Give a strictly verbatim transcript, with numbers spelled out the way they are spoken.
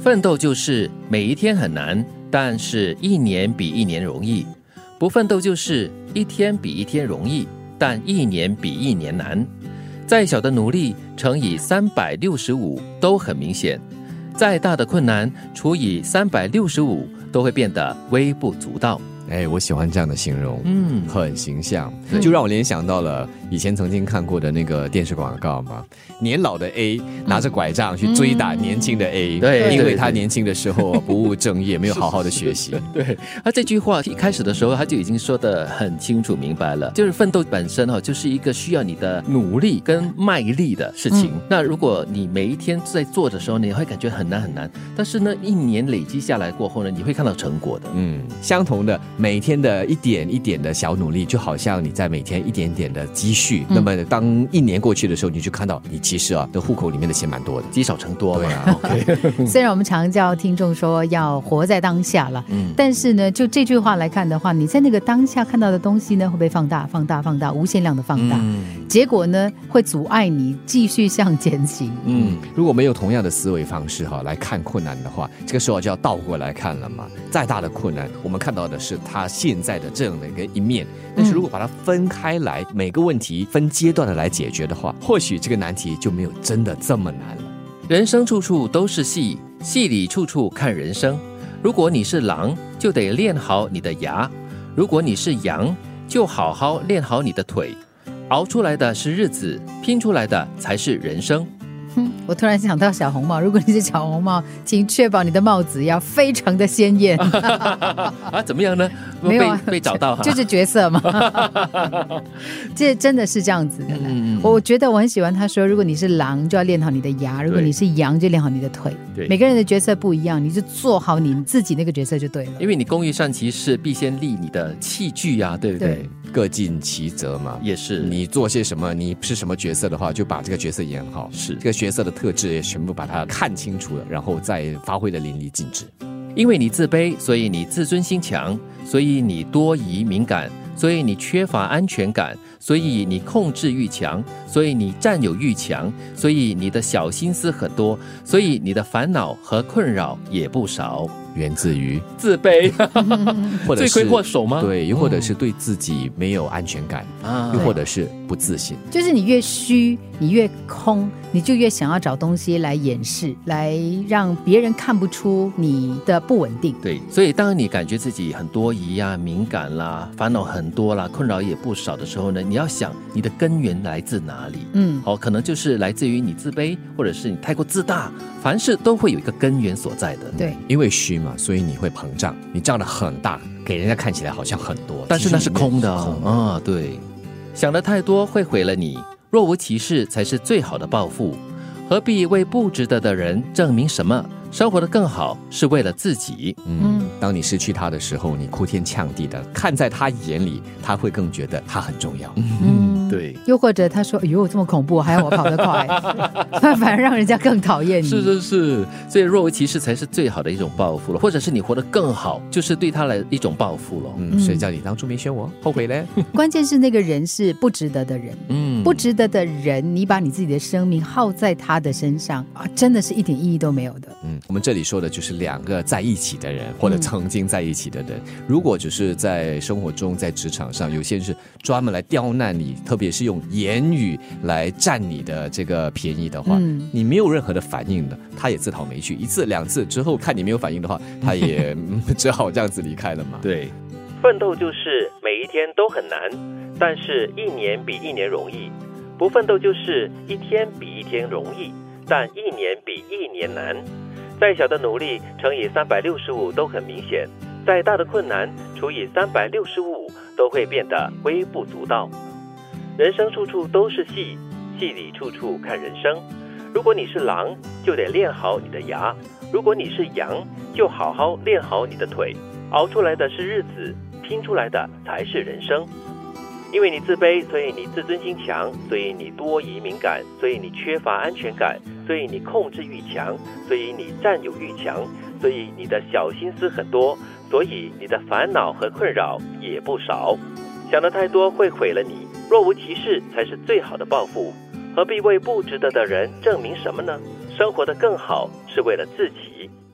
奋斗就是每一天很难，但是一年比一年容易；不奋斗就是一天比一天容易，但一年比一年难。再小的努力乘以三百六十五都很明显，再大的困难除以三百六十五都会变得微不足道。 哎，我喜欢这样的形容， 嗯， 很形象，就让我联想到了以前曾经看过的那个电视广告嘛，年老的 A 拿着拐杖去追打年轻的 A，、嗯、 对， 因为他年轻的时候不务正业，没有好好的学习。 对，他这句话一开始的时候他就已经说得很清楚明白了，就是奋斗本身哈，就是一个需要你的努力跟卖力的事情。嗯、那如果你每一天在做的时候，你会感觉很难很难，但是呢，一年累积下来过后呢，你会看到成果的。 嗯，相同的。每天的一点一点的小努力，就好像你在每天一点点的积蓄、嗯、那么当一年过去的时候，你就看到你其实啊的户口里面的钱蛮多的， 积少成多嘛。 对啊 ，OK 虽然我们常叫听众说要活在当下了、嗯、但是呢就这句话来看的话，你在那个当下看到的东西呢会被放大放大放大，无限量的放大、嗯、结果呢会阻碍你继续向前行。 嗯，如果没有同样的思维方式哈来看困难的话，这个时候就要倒过来看了嘛。再大的困难我们看到的是它现在的这样的一个一面，但是如果把它分开来、嗯、每个问题分阶段的来解决的话，或许这个难题就没有真的这么难了。 人生处处都是戏，戏里处处看人生。如果你是狼，就得练好你的牙；如果你是羊，就好好练好你的腿。熬出来的是日子，拼出来的才是人生。 我突然想到小红帽，如果你是小红帽，请确保你的帽子要非常的鲜艳。 啊，怎么样呢？ 没有、啊、 被, 被找到、啊、 就是角色嘛。这真的是这样子的、嗯、我觉得我很喜欢他说，如果你是狼就要练好你的牙，如果你是羊就练好你的腿。对，每个人的角色不一样，你就做好你自己那个角色就对了。 因为你工欲善其事，必先利你的器具啊，对不对？对， 各尽其责嘛。 也是， 你做些什么，你是什么角色的话，就把这个角色演好。 是， 这个角色的特质也全部把它看清楚了，然后再发挥的淋漓尽致。 因为你自卑，所以你自尊心强，所以你多疑敏感，所以你缺乏安全感，所以你控制欲强，所以你占有欲强，所以你的小心思很多，所以你的烦恼和困扰也不少。 源自于自卑， 或者是罪魁祸首吗？ 对，又或者是对自己没有安全感、嗯、又或者是不自信。 就是你越虚，你越空，你就越想要找东西来掩饰，来让别人看不出你的不稳定。 对，所以当你感觉自己很多疑啊、敏感啦、烦恼很多啦、困扰也不少的时候呢，你要想你的根源来自哪里。嗯，好，可能就是来自于你自卑，或者是你太过自大，凡事都会有一个根源所在的。 对， 因为虚嘛，所以你会膨胀，你胀得很大，给人家看起来好像很多， 但是那是空的啊、哦！对，想得太多会毁了你，若无其事才是最好的报复。何必为不值得的人证明什么？生活得更好是为了自己。 嗯，当你失去他的时候，你哭天抢地的，看在他眼里，他会更觉得他很重要。 嗯，对。 又或者他说：“哎呦，这么恐怖，还要我跑得快，反而让人家更讨厌你。” 是是是，所以若无其事才是最好的一种报复了，或者是你活得更好，就是对他来一种报复了。 嗯，谁叫你当初没选我，后悔嘞？ 关键是那个人是不值得的人，嗯，不值得的人，你把你自己的生命耗在他的身上啊，真的是一点意义都没有的。 嗯，我们这里说的就是两个在一起的人，或者曾经在一起的人、嗯、如果只是在生活中在职场上，有些人是专门来刁难你，特别是用言语来占你的这个便宜的话、嗯、你没有任何的反应的，他也自讨没趣，一次两次之后看你没有反应的话，他也只好这样子离开了嘛。 对，奋斗就是每一天都很难，但是一年比一年容易；不奋斗就是一天比一天容易，但一年比一年难。再小的努力乘以三百六十五都很明显，再大的困难除以三百六十五都会变得微不足道。人生处处都是戏，戏里处处看人生。如果你是狼，就得练好你的牙；如果你是羊，就好好练好你的腿。熬出来的是日子，拼出来的才是人生。因为你自卑，所以你自尊心强，所以你多疑敏感，所以你缺乏安全感，所以你控制欲强，所以你占有欲强，所以你的小心思很多，所以你的烦恼和困扰也不少。想得太多会毁了你，若无其事才是最好的报复。何必为不值得的人证明什么呢？生活得更好是为了自己。